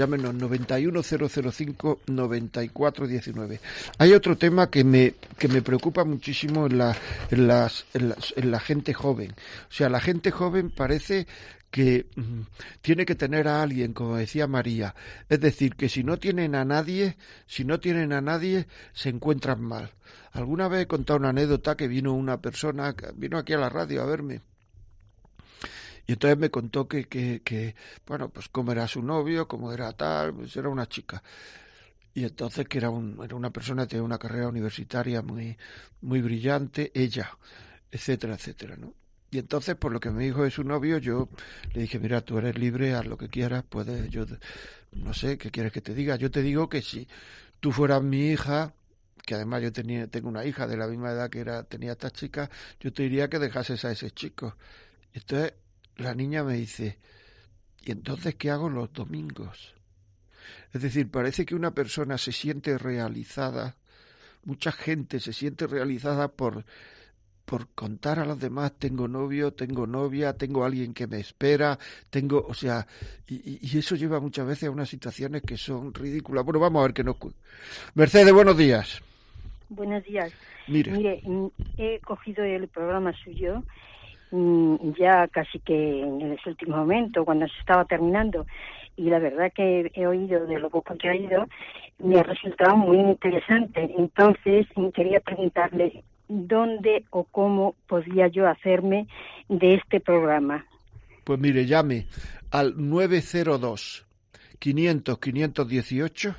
91005-9419. Hay otro tema que me preocupa muchísimo en la gente joven. O sea, la gente joven parece que tiene que tener a alguien, como decía María. Es decir, que si no tienen a nadie, se encuentran mal. Alguna vez he contado una anécdota que vino una persona, vino aquí a la radio a verme. Y entonces me contó que bueno, pues cómo era su novio, cómo era tal, pues era una chica. Y entonces que era una persona que tenía una carrera universitaria muy, muy brillante, ella, etcétera, etcétera, ¿no? Y entonces, por lo que me dijo de su novio, yo le dije, mira, tú eres libre, haz lo que quieras, puedes, yo no sé, ¿qué quieres que te diga? Yo te digo que si tú fueras mi hija, que además yo tengo una hija de la misma edad que tenía esta chica, yo te diría que dejases a ese chico. Entonces la niña me dice, ¿y entonces qué hago los domingos? Es decir, parece que una persona se siente realizada, mucha gente se siente realizada por contar a los demás, tengo novio, tengo novia, tengo alguien que me espera, o sea, y eso lleva muchas veces a unas situaciones que son ridículas. Bueno, vamos a ver qué nos cuenta. Mercedes, buenos días. Buenos días. Mire, he cogido el programa suyo ya casi que en el último momento, cuando se estaba terminando, y la verdad que he oído, de lo poco que he oído, me ha resultado muy interesante. Entonces quería preguntarle dónde o cómo podía yo hacerme de este programa. Pues mire, llame al 902 500 518.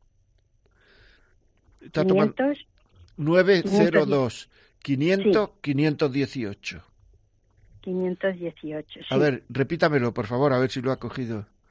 ¿Está 500 902 500 sí. 518. 518. Sí. A ver, repítamelo, por favor, a ver si lo ha cogido.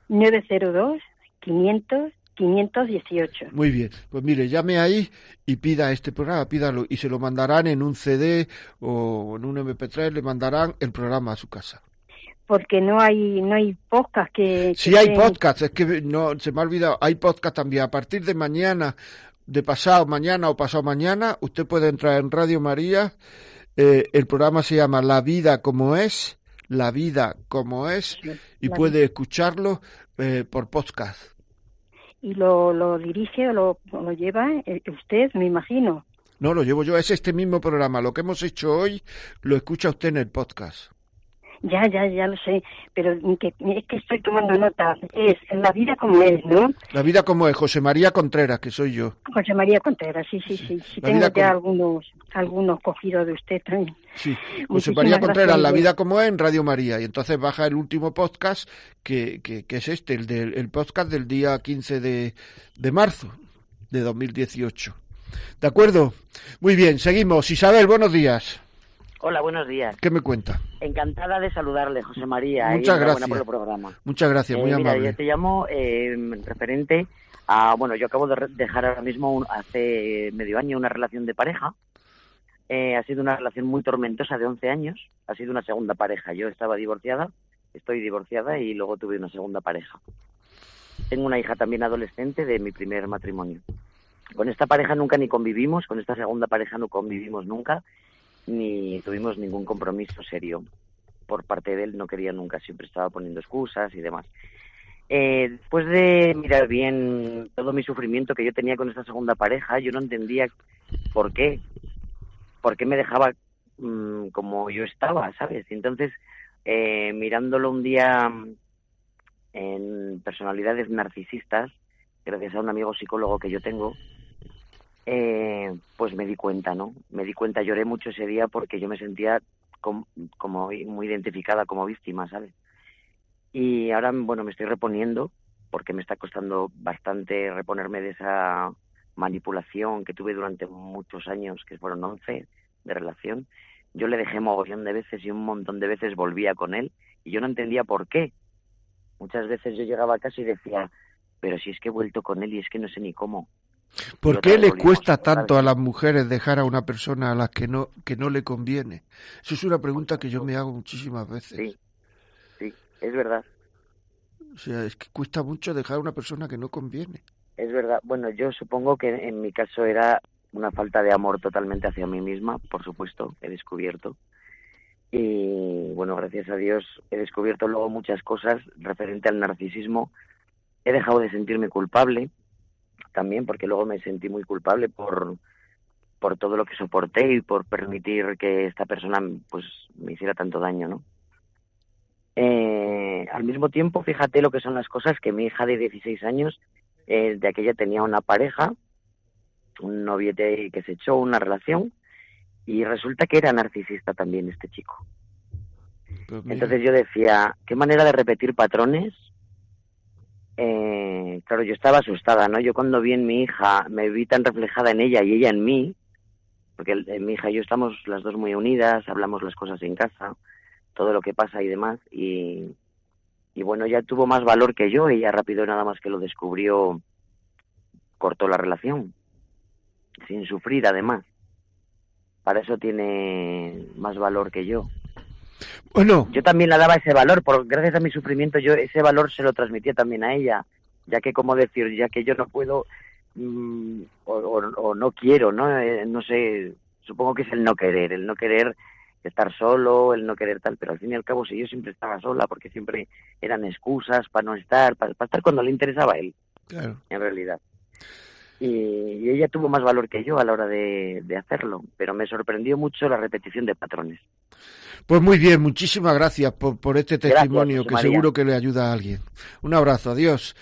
902-500-518. Muy bien, pues mire, llame ahí y pida este programa, pídalo, y se lo mandarán en un CD o en un MP3, le mandarán el programa a su casa. Porque no hay podcast que... Sí hay podcast, es que no se me ha olvidado, hay podcast también. A partir de mañana, de pasado mañana o pasado mañana, usted puede entrar en Radio María, el programa se llama La Vida Como Es, La Vida Como Es, y puede escucharlo por podcast. ¿Y lo dirige o lo lleva usted, me imagino? No, lo llevo yo, es este mismo programa. Lo que hemos hecho hoy lo escucha usted en el podcast. Ya lo sé, pero es que estoy tomando nota. Es La Vida Como Es, ¿no? La Vida Como Es, José María Contreras, que soy yo. José María Contreras, sí. Tengo ya algunos cogidos de usted también. Sí, José María Contreras, La Vida Como Es en Radio María. Y entonces baja el último podcast, que es este, el podcast del día 15 de marzo de 2018. ¿De acuerdo? Muy bien, seguimos. Isabel, buenos días. Hola, buenos días. ¿Qué me cuenta? Encantada de saludarle, José María. Muchas gracias Por el programa. Muchas gracias, muy amable. Mira, yo te llamo referente a... Bueno, yo acabo de dejar ahora mismo, hace medio año, una relación de pareja. Ha sido una relación muy tormentosa de 11 años. Ha sido una segunda pareja. Yo estaba divorciada, estoy divorciada y luego tuve una segunda pareja. Tengo una hija también adolescente de mi primer matrimonio. Con esta pareja nunca ni convivimos, con esta segunda pareja no convivimos nunca, ni tuvimos ningún compromiso serio por parte de él, no quería nunca, siempre estaba poniendo excusas y demás. Después de mirar bien todo mi sufrimiento que yo tenía con esta segunda pareja, yo no entendía por qué me dejaba como yo estaba, ¿sabes? Y entonces, mirándolo un día en personalidades narcisistas, gracias a un amigo psicólogo que yo tengo, pues me di cuenta, ¿no? Lloré mucho ese día porque yo me sentía como muy identificada como víctima, ¿sabes? Y ahora, bueno, me estoy reponiendo porque me está costando bastante reponerme de esa manipulación que tuve durante muchos años, que fueron 11 de relación. Yo le dejé mogollón de veces y un montón de veces volvía con él y yo no entendía por qué. Muchas veces yo llegaba a casa y decía, pero si es que he vuelto con él y es que no sé ni cómo. ¿Por qué le cuesta tanto a las mujeres dejar a una persona a la que no le conviene? Eso es una pregunta que yo me hago muchísimas veces. Sí, es verdad. O sea, es que cuesta mucho dejar a una persona que no conviene. Es verdad. Bueno, yo supongo que en mi caso era una falta de amor totalmente hacia mí misma, por supuesto, he descubierto. Y bueno, gracias a Dios he descubierto luego muchas cosas referente al narcisismo. He dejado de sentirme culpable también, porque luego me sentí muy culpable por todo lo que soporté y por permitir que esta persona pues me hiciera tanto daño, ¿no? Al mismo tiempo, fíjate lo que son las cosas, que mi hija de 16 años, de aquella tenía una pareja, un noviete que se echó, una relación, y resulta que era narcisista también este chico. Pues entonces yo decía, ¿qué manera de repetir patrones? Claro, yo estaba asustada, ¿no? Yo cuando vi en mi hija, me vi tan reflejada en ella y ella en mí, porque mi hija y yo estamos las dos muy unidas, hablamos las cosas en casa, todo lo que pasa y demás, y bueno, ella tuvo más valor que yo, ella rápido nada más que lo descubrió, cortó la relación, sin sufrir además. Para eso tiene más valor que yo. Bueno, yo también le daba ese valor, gracias a mi sufrimiento yo ese valor se lo transmitía también a ella, ya que como decir, ya que yo no puedo o no quiero, ¿no? No sé, supongo que es el no querer estar solo, el no querer tal, pero al fin y al cabo si yo siempre estaba sola, porque siempre eran excusas para no estar, para estar cuando le interesaba a él, claro, en realidad. Y ella tuvo más valor que yo a la hora de hacerlo, pero me sorprendió mucho la repetición de patrones. Pues muy bien, muchísimas gracias por este testimonio, gracias, que María. seguro que le ayuda a alguien. Un abrazo, adiós.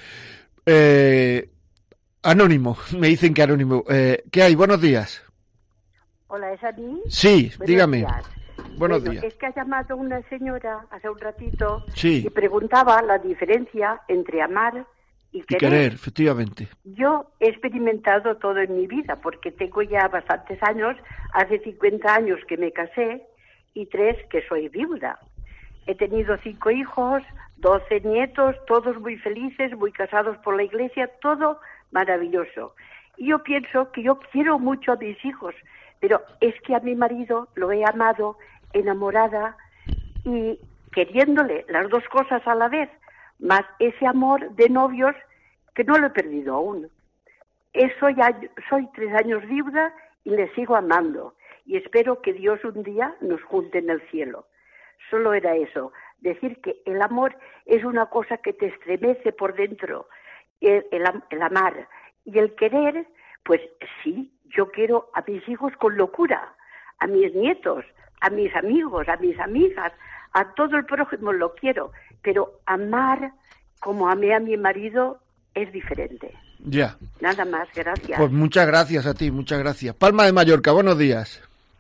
Anónimo, me dicen que Anónimo. ¿Qué hay? Buenos días. Hola, ¿es a mí? Sí, Buenos dígame. días. Buenos Bueno, días. es que ha llamado una señora hace un ratito Sí. y preguntaba la diferencia entre amar y Y querer, efectivamente. Yo he experimentado todo en mi vida porque tengo ya bastantes años, hace 50 años que me casé y 3 que soy viuda. He tenido 5 hijos, 12 nietos, todos muy felices, muy casados por la iglesia, todo maravilloso. Y yo pienso que yo quiero mucho a mis hijos, pero es que a mi marido lo he amado, enamorada y queriéndole las dos cosas a la vez, más ese amor de novios que no lo he perdido aún. Eso ya, soy 3 años viuda y le sigo amando y espero que Dios un día nos junte en el cielo. Solo era eso, decir que el amor es una cosa que te estremece por dentro, el amar y el querer, pues sí, yo quiero a mis hijos con locura, a mis nietos, a mis amigos, a mis amigas, a todo el prójimo lo quiero, pero amar como amé a mi marido es diferente. Ya. Nada más, gracias. Pues muchas gracias a ti, muchas gracias. Palma de Mallorca, buenos días.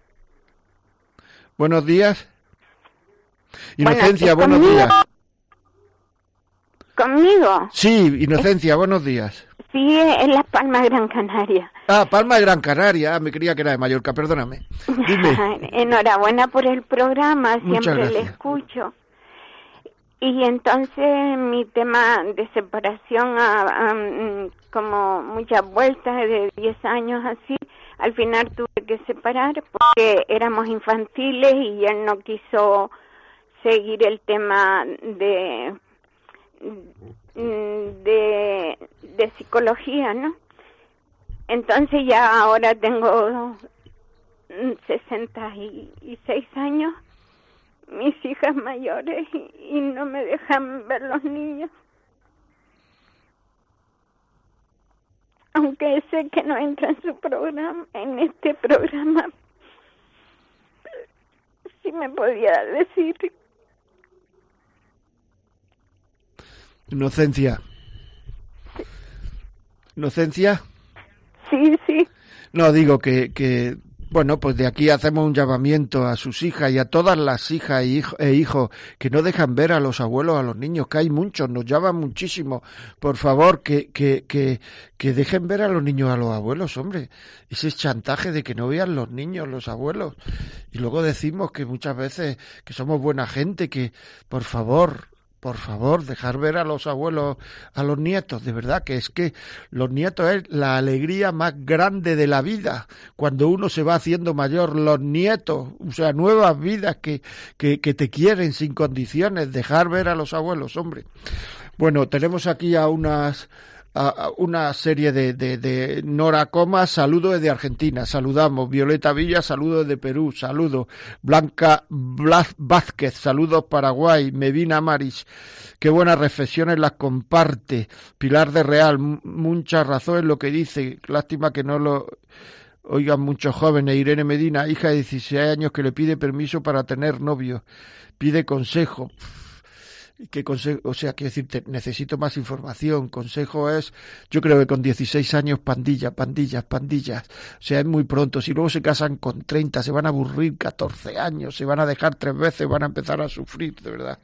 Buenos días. Inocencia, buenos días. ¿Conmigo? Sí, Inocencia, buenos días. Sí, en Las Palmas, Gran Canaria. Ah, Palma de Gran Canaria. Ah, me creía que era de Mallorca, perdóname. Dime. Enhorabuena por el programa, Muchas siempre le gracias. escucho. Y entonces mi tema de separación, como muchas vueltas de 10 años así, al final tuve que separar porque éramos infantiles y él no quiso seguir el tema de psicología, ¿no? Entonces ya ahora tengo 66 años, mis hijas mayores y no me dejan ver los niños. Aunque sé que no entra en su programa, en este programa, si me podía decir. Inocencia. Sí. ¿Inocencia? Sí, sí. No, digo que bueno, pues de aquí hacemos un llamamiento a sus hijas y a todas las hijas e hijos que no dejan ver a los abuelos, a los niños, que hay muchos, nos llaman muchísimo. Por favor, que dejen ver a los niños, a los abuelos, hombre. Ese chantaje de que no vean los niños, los abuelos. Y luego decimos que muchas veces que somos buena gente, que por favor, dejar ver a los abuelos, a los nietos, de verdad que es que los nietos es la alegría más grande de la vida. Cuando uno se va haciendo mayor, los nietos, o sea, nuevas vidas que te quieren sin condiciones, dejar ver a los abuelos, hombre. Bueno, tenemos aquí a una serie de Nora Comas, saludo desde Argentina, saludamos. Violeta Villa, saludo desde Perú, saludo. Blanca Vázquez, saludos Paraguay. Medina Maris, qué buenas reflexiones las comparte. Pilar de Real, mucha razón en lo que dice, lástima que no lo oigan muchos jóvenes. Irene Medina, hija de 16 años que le pide permiso para tener novio, pide consejo. ¿Qué consejo? O sea, quiero decirte, necesito más información. Consejo es, yo creo que con 16 años pandillas. O sea, es muy pronto. Si luego se casan con 30, se van a aburrir 14 años, se van a dejar 3 veces, van a empezar a sufrir, de verdad.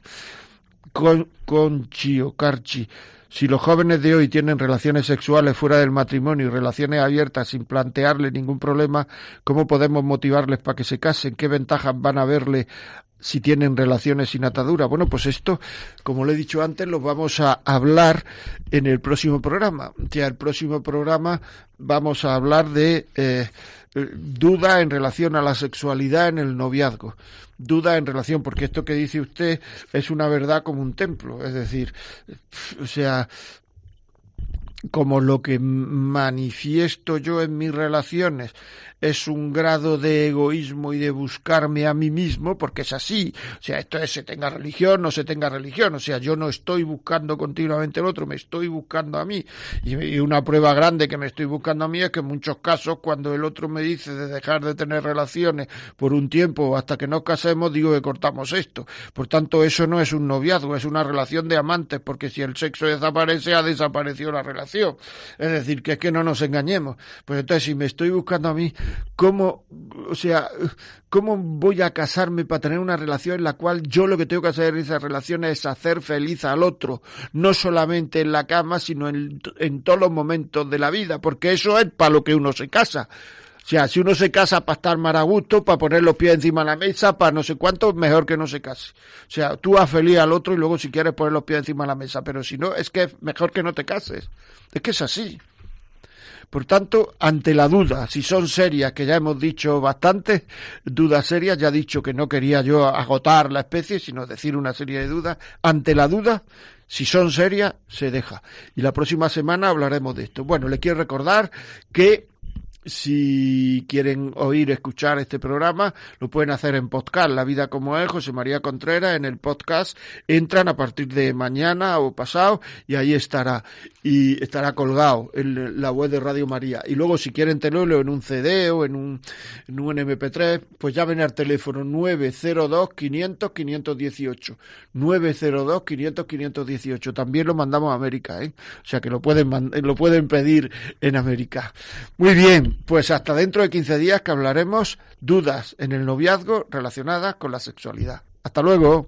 Conchi o Carchi. Si los jóvenes de hoy tienen relaciones sexuales fuera del matrimonio y relaciones abiertas sin plantearle ningún problema, ¿cómo podemos motivarles para que se casen? ¿Qué ventajas van a verle si tienen relaciones sin atadura? Bueno, pues esto, como le he dicho antes, lo vamos a hablar en el próximo programa. Ya el próximo programa vamos a hablar de duda en relación a la sexualidad en el noviazgo. Duda en relación, porque esto que dice usted es una verdad como un templo, es decir, o sea, como lo que manifiesto yo en mis relaciones es un grado de egoísmo y de buscarme a mí mismo, porque es así, o sea, esto es se tenga religión, no se tenga religión, o sea, yo no estoy buscando continuamente al otro, me estoy buscando a mí, y una prueba grande que me estoy buscando a mí es que en muchos casos cuando el otro me dice de dejar de tener relaciones por un tiempo hasta que nos casemos, digo que cortamos esto, por tanto eso no es un noviazgo, es una relación de amantes, porque si el sexo desaparece, ha desaparecido la relación, es decir, que es que no nos engañemos, pues entonces si me estoy buscando a mí, ¿cómo voy a casarme para tener una relación en la cual yo lo que tengo que hacer en esa relación es hacer feliz al otro? No solamente en la cama, sino en todos los momentos de la vida, porque eso es para lo que uno se casa. O sea, si uno se casa para estar más a gusto, para poner los pies encima de la mesa, para no sé cuánto, mejor que no se case. O sea, tú haz feliz al otro y luego si quieres poner los pies encima de la mesa, pero si no, es que es mejor que no te cases. Es que es así. Por tanto, ante la duda, si son serias, que ya hemos dicho bastantes dudas serias, ya he dicho que no quería yo agotar la especie, sino decir una serie de dudas, ante la duda, si son serias, se deja. Y la próxima semana hablaremos de esto. Bueno, les quiero recordar que si quieren escuchar este programa, lo pueden hacer en podcast, La Vida como es, José María Contreras, en el podcast, entran a partir de mañana o pasado y ahí estará colgado en la web de Radio María. Y luego si quieren tenerlo en un CD o en un MP3, pues llamen al teléfono 902-500-518, 902-500-518. También lo mandamos a América, o sea que lo pueden pedir en América. Muy bien. Pues hasta dentro de 15 días que hablaremos dudas en el noviazgo relacionadas con la sexualidad. Hasta luego.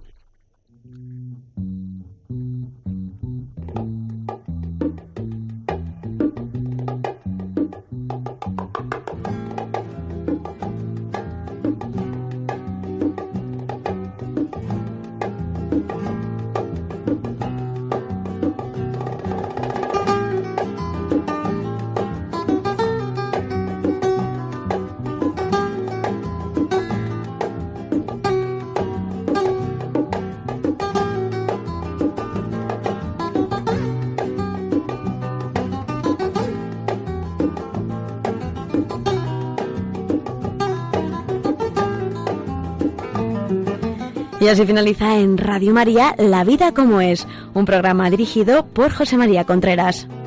Y así finaliza en Radio María La Vida como es, un programa dirigido por José María Contreras.